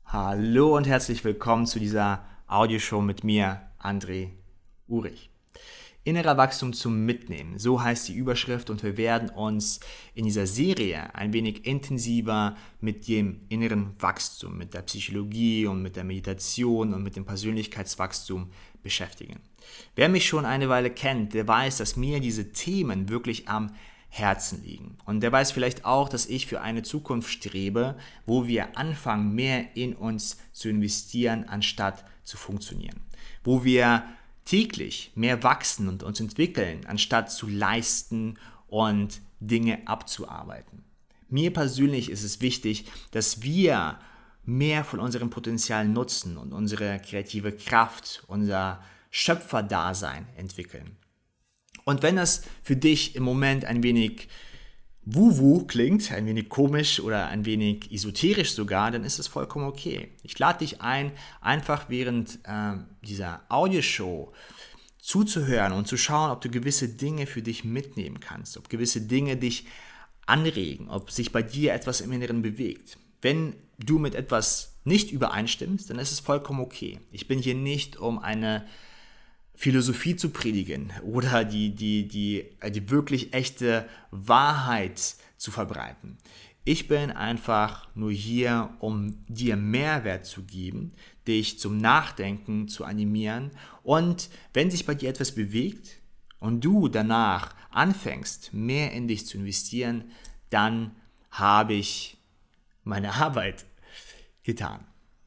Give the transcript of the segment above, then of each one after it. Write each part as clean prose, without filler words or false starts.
Hallo und herzlich willkommen zu dieser Audioshow mit mir, André Urich. Innerer Wachstum zum Mitnehmen, so heißt die Überschrift, und wir werden uns in dieser Serie ein wenig intensiver mit dem inneren Wachstum, mit der Psychologie und mit der Meditation und mit dem Persönlichkeitswachstum beschäftigen. Wer mich schon eine Weile kennt, der weiß, dass mir diese Themen wirklich am Herzen liegen. Und der weiß vielleicht auch, dass ich für eine Zukunft strebe, wo wir anfangen, mehr in uns zu investieren, anstatt zu funktionieren. Wo wir täglich mehr wachsen und uns entwickeln, anstatt zu leisten und Dinge abzuarbeiten. Mir persönlich ist es wichtig, dass wir mehr von unserem Potenzial nutzen und unsere kreative Kraft, unser Schöpferdasein entwickeln. Und wenn das für dich im Moment ein wenig wuhu klingt, ein wenig komisch oder ein wenig esoterisch sogar, dann ist es vollkommen okay. Ich lade dich ein, einfach während dieser Audioshow zuzuhören und zu schauen, ob du gewisse Dinge für dich mitnehmen kannst, ob gewisse Dinge dich anregen, ob sich bei dir etwas im Inneren bewegt. Wenn du mit etwas nicht übereinstimmst, dann ist es vollkommen okay. Ich bin hier nicht, um eine Philosophie zu predigen oder die wirklich echte Wahrheit zu verbreiten. Ich bin einfach nur hier, um dir Mehrwert zu geben, dich zum Nachdenken zu animieren, und wenn sich bei dir etwas bewegt und du danach anfängst, mehr in dich zu investieren, dann habe ich meine Arbeit getan.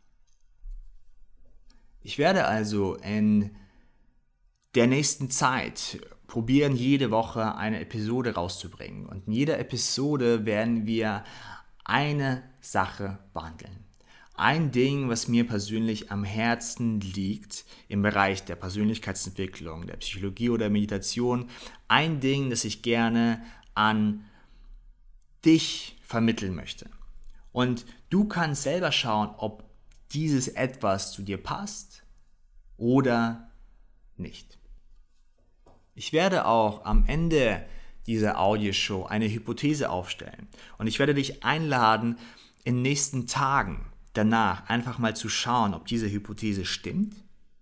Ich werde also in der nächsten Zeit probieren, jede Woche eine Episode rauszubringen. Und in jeder Episode werden wir eine Sache behandeln. Ein Ding, was mir persönlich am Herzen liegt im Bereich der Persönlichkeitsentwicklung, der Psychologie oder Meditation. Ein Ding, das ich gerne an dich vermitteln möchte. Und du kannst selber schauen, ob dieses etwas zu dir passt oder nicht. Ich werde auch am Ende dieser Audioshow eine Hypothese aufstellen, und ich werde dich einladen, in den nächsten Tagen danach einfach mal zu schauen, ob diese Hypothese stimmt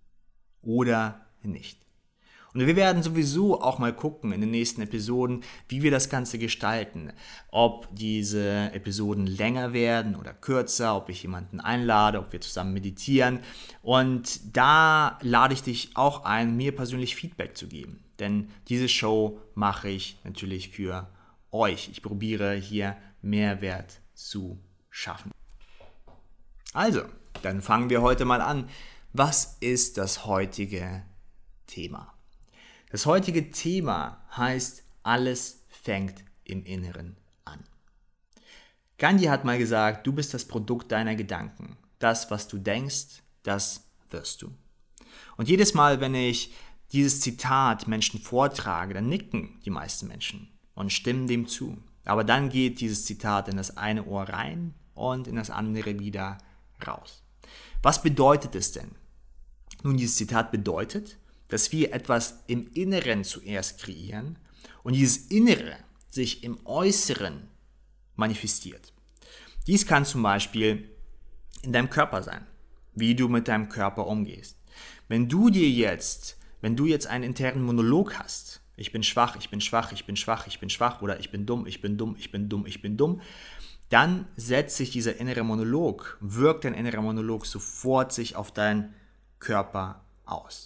oder nicht. Und wir werden sowieso auch mal gucken in den nächsten Episoden, wie wir das Ganze gestalten. Ob diese Episoden länger werden oder kürzer, ob ich jemanden einlade, ob wir zusammen meditieren. Und da lade ich dich auch ein, mir persönlich Feedback zu geben. Denn diese Show mache ich natürlich für euch. Ich probiere hier Mehrwert zu schaffen. Also, dann fangen wir heute mal an. Was ist das heutige Thema? Das heutige Thema heißt, alles fängt im Inneren an. Gandhi hat mal gesagt, du bist das Produkt deiner Gedanken. Das, was du denkst, das wirst du. Und jedes Mal, wenn ich dieses Zitat Menschen vortrage, dann nicken die meisten Menschen und stimmen dem zu. Aber dann geht dieses Zitat in das eine Ohr rein und in das andere wieder raus. Was bedeutet es denn? Nun, dieses Zitat bedeutet, dass wir etwas im Inneren zuerst kreieren und dieses Innere sich im Äußeren manifestiert. Dies kann zum Beispiel in deinem Körper sein, wie du mit deinem Körper umgehst. Wenn du jetzt einen internen Monolog hast, ich bin schwach, ich bin schwach, ich bin schwach, ich bin schwach, oder ich bin dumm, ich bin dumm, ich bin dumm, ich bin dumm, dann setzt sich dieser innere Monolog, wirkt dein innerer Monolog sofort sich auf deinen Körper aus.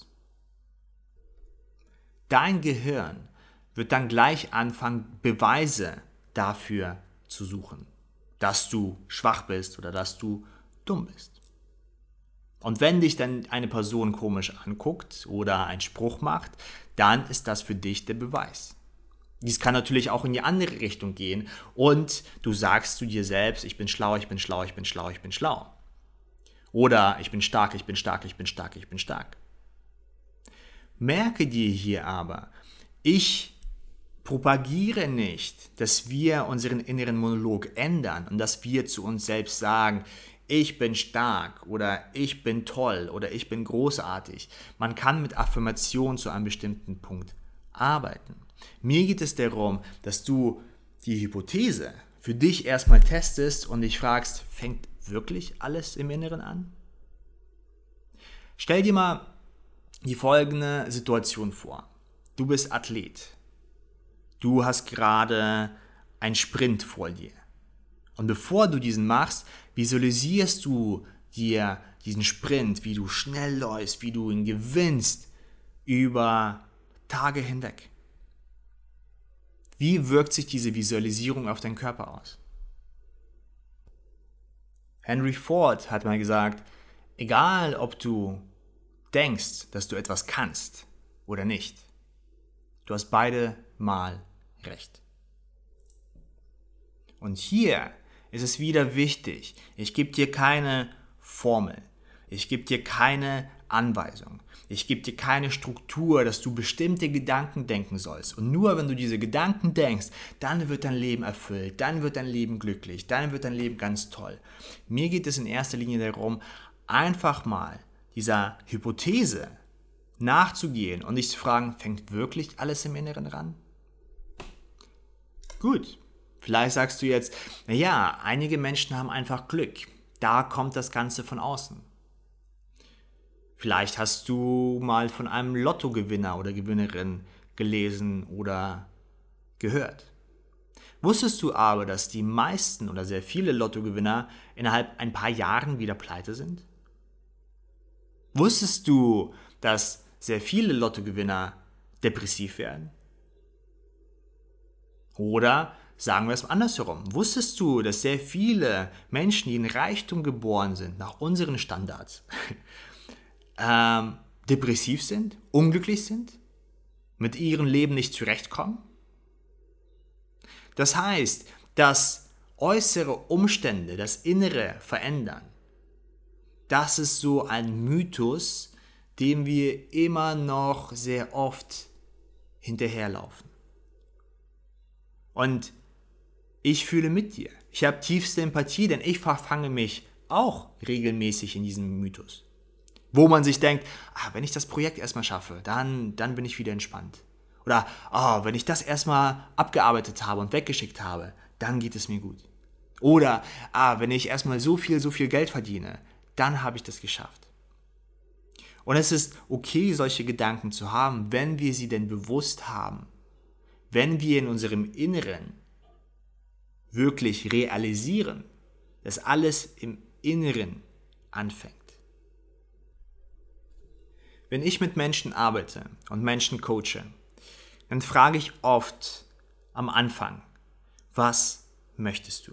Dein Gehirn wird dann gleich anfangen, Beweise dafür zu suchen, dass du schwach bist oder dass du dumm bist. Und wenn dich dann eine Person komisch anguckt oder einen Spruch macht, dann ist das für dich der Beweis. Dies kann natürlich auch in die andere Richtung gehen und du sagst zu dir selbst, ich bin schlau, ich bin schlau, ich bin schlau, ich bin schlau. Oder ich bin stark, ich bin stark, ich bin stark, ich bin stark. Merke dir hier aber, ich propagiere nicht, dass wir unseren inneren Monolog ändern und dass wir zu uns selbst sagen, ich bin stark oder ich bin toll oder ich bin großartig. Man kann mit Affirmation zu einem bestimmten Punkt arbeiten. Mir geht es darum, dass du die Hypothese für dich erstmal testest und dich fragst, wirklich alles im Inneren an? Stell dir mal die folgende Situation vor. Du bist Athlet. Du hast gerade einen Sprint vor dir. Und bevor du diesen machst, visualisierst du dir diesen Sprint, wie du schnell läufst, wie du ihn gewinnst über Tage hinweg. Wie wirkt sich diese Visualisierung auf deinen Körper aus? Henry Ford hat mal gesagt, egal ob du denkst, dass du etwas kannst oder nicht, du hast beide mal recht. Und hier ist es wieder wichtig, ich gebe dir keine Formel, ich gebe dir keine Anweisung, ich gebe dir keine Struktur, dass du bestimmte Gedanken denken sollst. Und nur wenn du diese Gedanken denkst, dann wird dein Leben erfüllt, dann wird dein Leben glücklich, dann wird dein Leben ganz toll. Mir geht es in erster Linie darum, einfach mal dieser Hypothese nachzugehen und dich zu fragen, fängt wirklich alles im Inneren an? Gut. Vielleicht sagst du jetzt, naja, einige Menschen haben einfach Glück. Da kommt das Ganze von außen. Vielleicht hast du mal von einem Lottogewinner oder Gewinnerin gelesen oder gehört. Wusstest du aber, dass die meisten oder sehr viele Lottogewinner innerhalb ein paar Jahren wieder pleite sind? Wusstest du, dass sehr viele Lottogewinner depressiv werden? Oder sagen wir es mal andersherum. Wusstest du, dass sehr viele Menschen, die in Reichtum geboren sind, nach unseren Standards, depressiv sind, unglücklich sind, mit ihrem Leben nicht zurechtkommen? Das heißt, dass äußere Umstände das Innere verändern. Das ist so ein Mythos, dem wir immer noch sehr oft hinterherlaufen. Und ich fühle mit dir. Ich habe tiefste Empathie, denn ich verfange mich auch regelmäßig in diesem Mythos. Wo man sich denkt, wenn ich das Projekt erstmal schaffe, dann bin ich wieder entspannt. Oder wenn ich das erstmal abgearbeitet habe und weggeschickt habe, dann geht es mir gut. Oder wenn ich erstmal so viel Geld verdiene, dann habe ich das geschafft. Und es ist okay, solche Gedanken zu haben, wenn wir sie denn bewusst haben. Wenn wir in unserem Inneren wirklich realisieren, dass alles im Inneren anfängt. Wenn ich mit Menschen arbeite und Menschen coache, dann frage ich oft am Anfang, was möchtest du?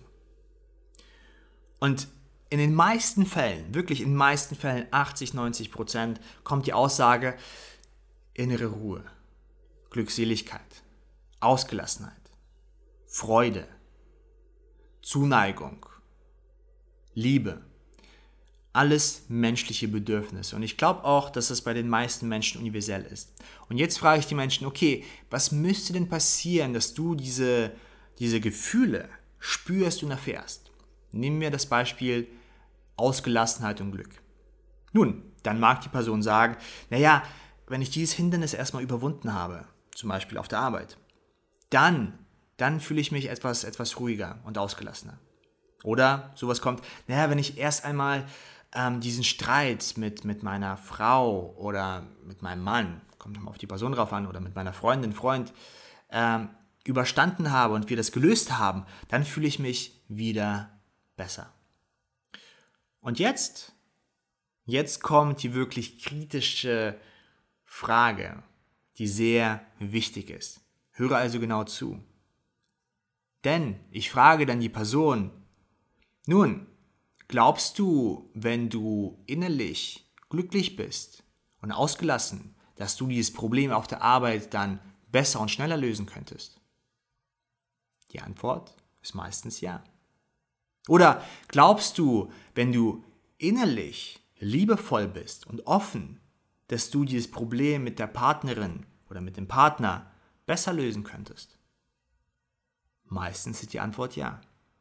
Und in den meisten Fällen, wirklich in den meisten Fällen, 80-90%, kommt die Aussage, innere Ruhe, Glückseligkeit, Ausgelassenheit, Freude, Zuneigung, Liebe. Alles menschliche Bedürfnisse. Und ich glaube auch, dass das bei den meisten Menschen universell ist. Und jetzt frage ich die Menschen, okay, was müsste denn passieren, dass du diese Gefühle spürst und erfährst? Nehmen wir das Beispiel Ausgelassenheit und Glück. Nun, dann mag die Person sagen, naja, wenn ich dieses Hindernis erstmal überwunden habe, zum Beispiel auf der Arbeit, dann fühle ich mich etwas ruhiger und ausgelassener. Oder sowas kommt, naja, wenn ich erst einmal diesen Streit mit meiner Frau oder mit meinem Mann, kommt nochmal auf die Person drauf an, oder mit meiner Freundin, Freund, überstanden habe und wir das gelöst haben, dann fühle ich mich wieder besser. Und jetzt kommt die wirklich kritische Frage, die sehr wichtig ist. Höre also genau zu. Denn ich frage dann die Person, nun, glaubst du, wenn du innerlich glücklich bist und ausgelassen, dass du dieses Problem auf der Arbeit dann besser und schneller lösen könntest? Die Antwort ist meistens ja. Oder glaubst du, wenn du innerlich liebevoll bist und offen, dass du dieses Problem mit der Partnerin oder mit dem Partner besser lösen könntest? Meistens ist die Antwort ja.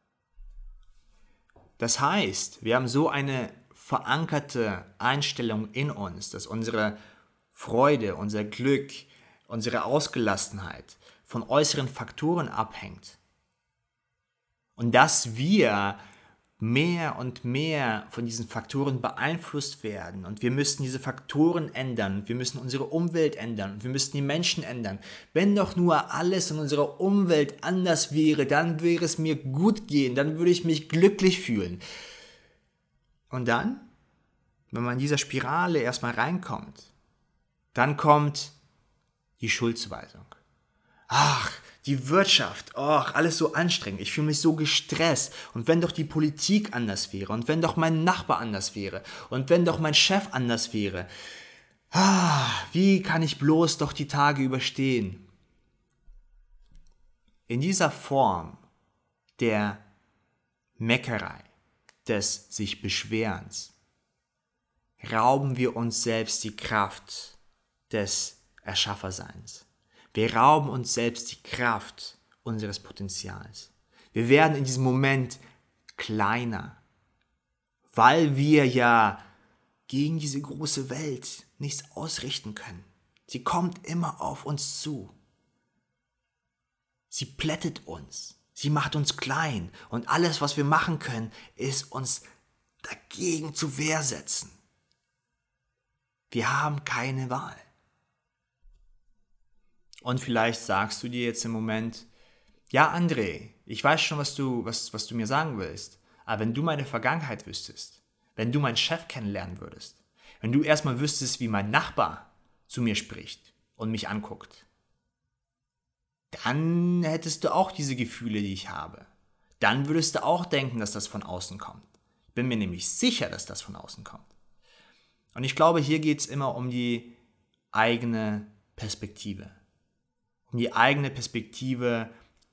Das heißt, wir haben so eine verankerte Einstellung in uns, dass unsere Freude, unser Glück, unsere Ausgelassenheit von äußeren Faktoren abhängt. Und dass wir mehr und mehr von diesen Faktoren beeinflusst werden und wir müssten diese Faktoren ändern, wir müssen unsere Umwelt ändern, wir müssten die Menschen ändern. Wenn doch nur alles in unserer Umwelt anders wäre, dann würde es mir gut gehen, dann würde ich mich glücklich fühlen. Und dann, wenn man in dieser Spirale erstmal reinkommt, dann kommt die Schuldzuweisung. Ach, die Wirtschaft, alles so anstrengend, ich fühle mich so gestresst. Und wenn doch die Politik anders wäre, und wenn doch mein Nachbar anders wäre, und wenn doch mein Chef anders wäre, wie kann ich bloß doch die Tage überstehen? In dieser Form der Meckerei, des sich Beschwerens, rauben wir uns selbst die Kraft des Erschafferseins. Wir rauben uns selbst die Kraft unseres Potenzials. Wir werden in diesem Moment kleiner, weil wir ja gegen diese große Welt nichts ausrichten können. Sie kommt immer auf uns zu. Sie plättet uns. Sie macht uns klein. Und alles, was wir machen können, ist uns dagegen zur Wehr setzen. Wir haben keine Wahl. Und vielleicht sagst du dir jetzt im Moment, ja André, ich weiß schon, was du mir sagen willst, aber wenn du meine Vergangenheit wüsstest, wenn du meinen Chef kennenlernen würdest, wenn du erstmal wüsstest, wie mein Nachbar zu mir spricht und mich anguckt, dann hättest du auch diese Gefühle, die ich habe. Dann würdest du auch denken, dass das von außen kommt. Ich bin mir nämlich sicher, dass das von außen kommt. Und ich glaube, hier geht es immer um die eigene Perspektive. Um die eigene Perspektive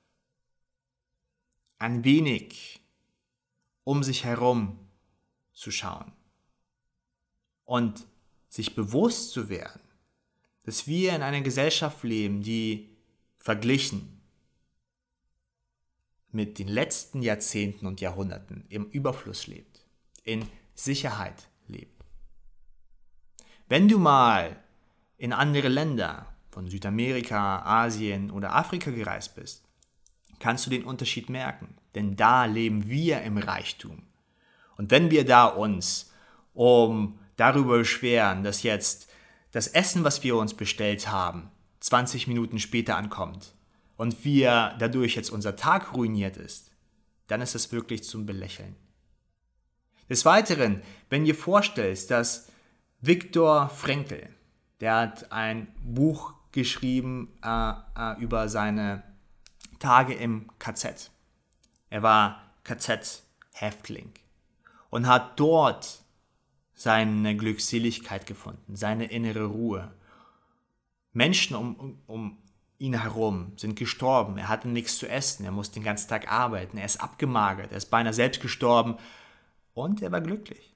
ein wenig um sich herum zu schauen. Und sich bewusst zu werden, dass wir in einer Gesellschaft leben, die verglichen mit den letzten Jahrzehnten und Jahrhunderten im Überfluss lebt, in Sicherheit lebt. Wenn du mal in andere Länder von Südamerika, Asien oder Afrika gereist bist, kannst du den Unterschied merken, denn da leben wir im Reichtum. Und wenn wir da uns darüber beschweren, dass jetzt das Essen, was wir uns bestellt haben, 20 Minuten später ankommt und wir dadurch jetzt unser Tag ruiniert ist, dann ist es wirklich zum Belächeln. Des Weiteren, wenn dir vorstellst, dass Viktor Frankl, der hat ein Buch geschrieben über seine Tage im KZ. Er war KZ-Häftling und hat dort seine Glückseligkeit gefunden, seine innere Ruhe. Menschen um ihn herum sind gestorben, er hatte nichts zu essen, er musste den ganzen Tag arbeiten, er ist abgemagert, er ist beinahe selbst gestorben und er war glücklich.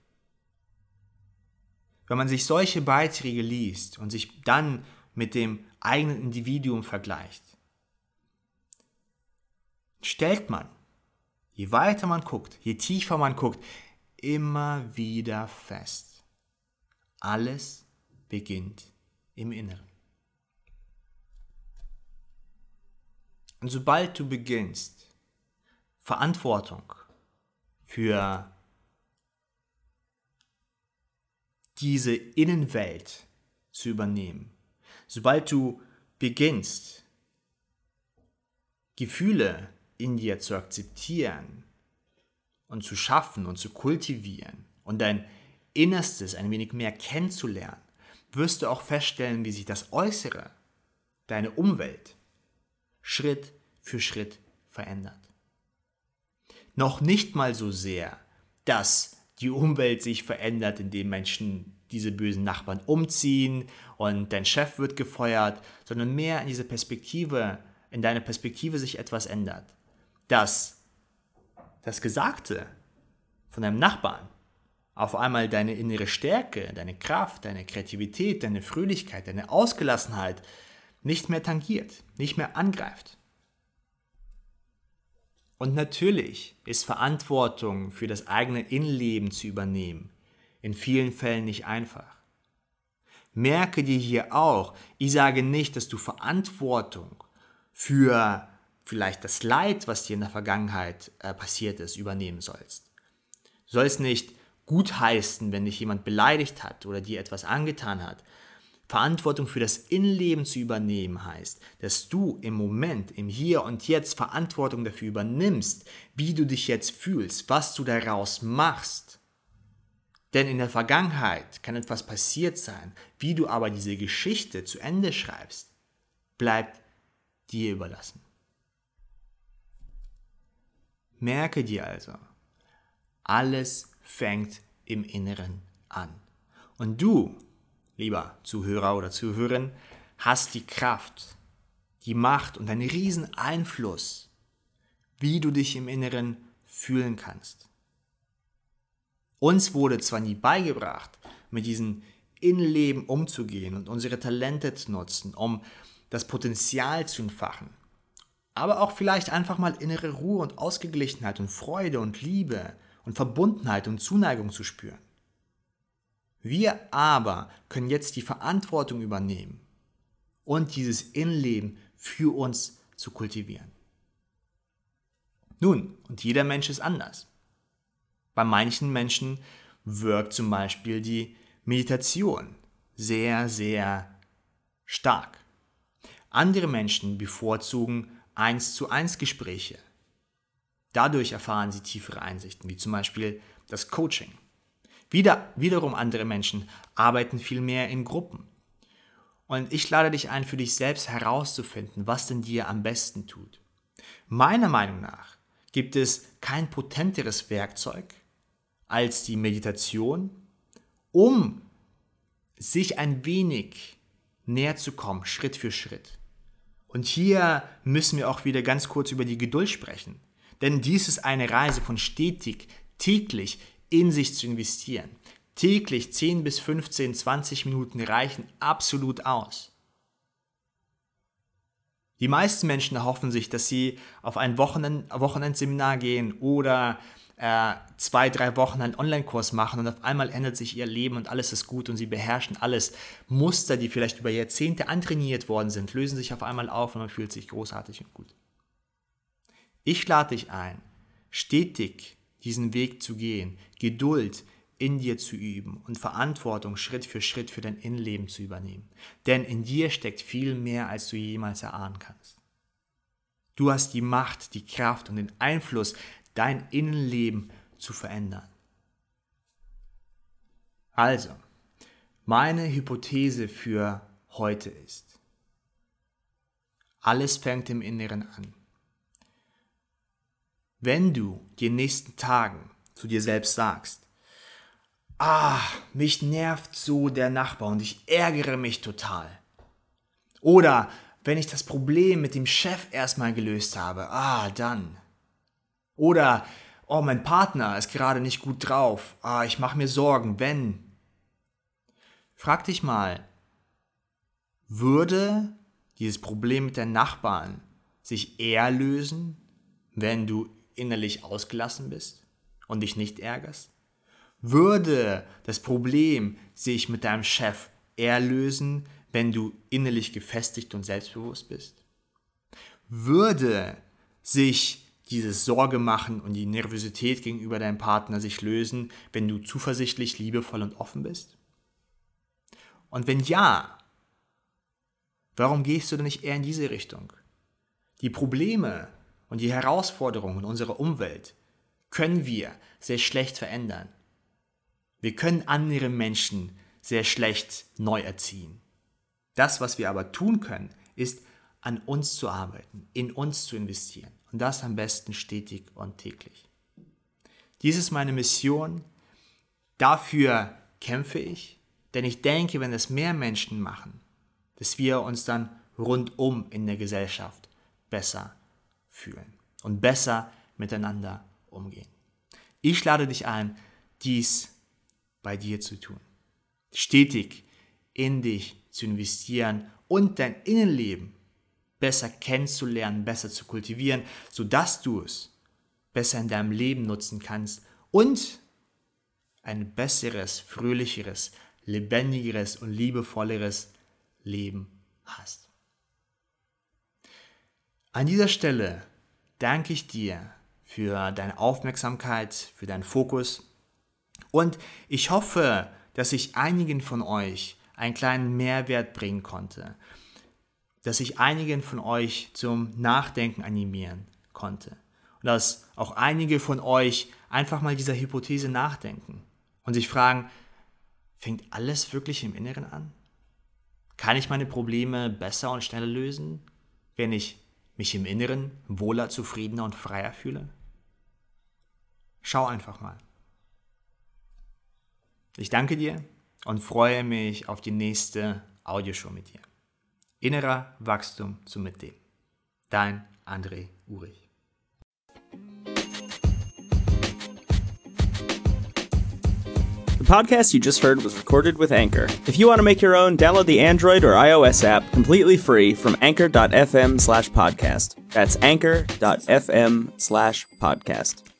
Wenn man sich solche Beiträge liest und sich dann mit dem eigenen Individuum vergleicht, stellt man, je weiter man guckt, je tiefer man guckt, immer wieder fest. Alles beginnt im Inneren. Und sobald du beginnst, Verantwortung für diese Innenwelt zu übernehmen, sobald du beginnst, Gefühle in dir zu akzeptieren und zu schaffen und zu kultivieren und dein Innerstes ein wenig mehr kennenzulernen, wirst du auch feststellen, wie sich das Äußere, deine Umwelt, Schritt für Schritt verändert. Noch nicht mal so sehr, dass die Umwelt sich verändert, indem Menschen, diese bösen Nachbarn umziehen und dein Chef wird gefeuert, sondern mehr in diese Perspektive, in deiner Perspektive sich etwas ändert. Dass das Gesagte von deinem Nachbarn auf einmal deine innere Stärke, deine Kraft, deine Kreativität, deine Fröhlichkeit, deine Ausgelassenheit nicht mehr tangiert, nicht mehr angreift. Und natürlich ist Verantwortung für das eigene Innenleben zu übernehmen in vielen Fällen nicht einfach. Merke dir hier auch, ich sage nicht, dass du Verantwortung für vielleicht das Leid, was dir in der Vergangenheit passiert ist, übernehmen sollst. sollst nicht gutheißen, wenn dich jemand beleidigt hat oder dir etwas angetan hat. Verantwortung für das Innenleben zu übernehmen heißt, dass du im Moment, im Hier und Jetzt Verantwortung dafür übernimmst, wie du dich jetzt fühlst, was du daraus machst. Denn in der Vergangenheit kann etwas passiert sein, wie du aber diese Geschichte zu Ende schreibst, bleibt dir überlassen. Merke dir also, alles fängt im Inneren an. Und du, lieber Zuhörer oder Zuhörerin, hast die Kraft, die Macht und einen riesen Einfluss, wie du dich im Inneren fühlen kannst. Uns wurde zwar nie beigebracht, mit diesem Innenleben umzugehen und unsere Talente zu nutzen, um das Potenzial zu entfachen, aber auch vielleicht einfach mal innere Ruhe und Ausgeglichenheit und Freude und Liebe und Verbundenheit und Zuneigung zu spüren. Wir aber können jetzt die Verantwortung übernehmen und dieses Innenleben für uns zu kultivieren. Nun, und jeder Mensch ist anders. Bei manchen Menschen wirkt zum Beispiel die Meditation sehr, sehr stark. Andere Menschen bevorzugen 1:1 Gespräche. Dadurch erfahren sie tiefere Einsichten, wie zum Beispiel das Coaching. Wiederum andere Menschen arbeiten viel mehr in Gruppen. Und ich lade dich ein, für dich selbst herauszufinden, was denn dir am besten tut. Meiner Meinung nach gibt es kein potenteres Werkzeug als die Meditation, um sich ein wenig näher zu kommen, Schritt für Schritt. Und hier müssen wir auch wieder ganz kurz über die Geduld sprechen. Denn dies ist eine Reise von stetig, täglich in sich zu investieren. Täglich 10 bis 15, 20 Minuten reichen absolut aus. Die meisten Menschen erhoffen sich, dass sie auf ein Wochenendseminar gehen oder 2, 3 Wochen einen Online-Kurs machen und auf einmal ändert sich ihr Leben und alles ist gut und sie beherrschen alles. Muster, die vielleicht über Jahrzehnte antrainiert worden sind, lösen sich auf einmal auf und man fühlt sich großartig und gut. Ich lade dich ein, stetig diesen Weg zu gehen, Geduld in dir zu üben und Verantwortung Schritt für Schritt für dein Innenleben zu übernehmen. Denn in dir steckt viel mehr, als du jemals erahnen kannst. Du hast die Macht, die Kraft und den Einfluss, dein Innenleben zu verändern. Also, meine Hypothese für heute ist, alles fängt im Inneren an. Wenn du den nächsten Tagen zu dir selbst sagst, mich nervt so der Nachbar und ich ärgere mich total. Oder wenn ich das Problem mit dem Chef erstmal gelöst habe, dann. Oder, mein Partner ist gerade nicht gut drauf, ich mache mir Sorgen, wenn. Frag dich mal, würde dieses Problem mit deinen Nachbarn sich eher lösen, wenn du innerlich ausgelassen bist und dich nicht ärgerst? Würde das Problem sich mit deinem Chef eher lösen, wenn du innerlich gefestigt und selbstbewusst bist? Würde sich dieses Sorge machen und die Nervosität gegenüber deinem Partner sich lösen, wenn du zuversichtlich, liebevoll und offen bist? Und wenn ja, warum gehst du denn nicht eher in diese Richtung? Die Probleme und die Herausforderungen unserer Umwelt können wir sehr schlecht verändern. Wir können andere Menschen sehr schlecht neu erziehen. Das, was wir aber tun können, ist, an uns zu arbeiten, in uns zu investieren. Und das am besten stetig und täglich. Dies ist meine Mission. Dafür kämpfe ich. Denn ich denke, wenn es mehr Menschen machen, dass wir uns dann rundum in der Gesellschaft besser fühlen und besser miteinander umgehen. Ich lade dich ein, dies bei dir zu tun. Stetig in dich zu investieren und dein Innenleben besser kennenzulernen, besser zu kultivieren, sodass du es besser in deinem Leben nutzen kannst und ein besseres, fröhlicheres, lebendigeres und liebevolleres Leben hast. An dieser Stelle danke ich dir für deine Aufmerksamkeit, für deinen Fokus Und ich hoffe, dass ich einigen von euch einen kleinen Mehrwert bringen konnte, dass ich einigen von euch zum Nachdenken animieren konnte und dass auch einige von euch einfach mal dieser Hypothese nachdenken und sich fragen, fängt alles wirklich im Inneren an? Kann ich meine Probleme besser und schneller lösen, wenn ich mich im Inneren wohler, zufriedener und freier fühle? Schau einfach mal. Ich danke dir und freue mich auf die nächste Audioshow mit dir. Innerer Wachstum zum Mitnehmen. Dein André Urich. The podcast you just heard was recorded with Anchor. If you want to make your own, download the Android or iOS app completely free from anchor.fm/podcast. That's anchor.fm/podcast.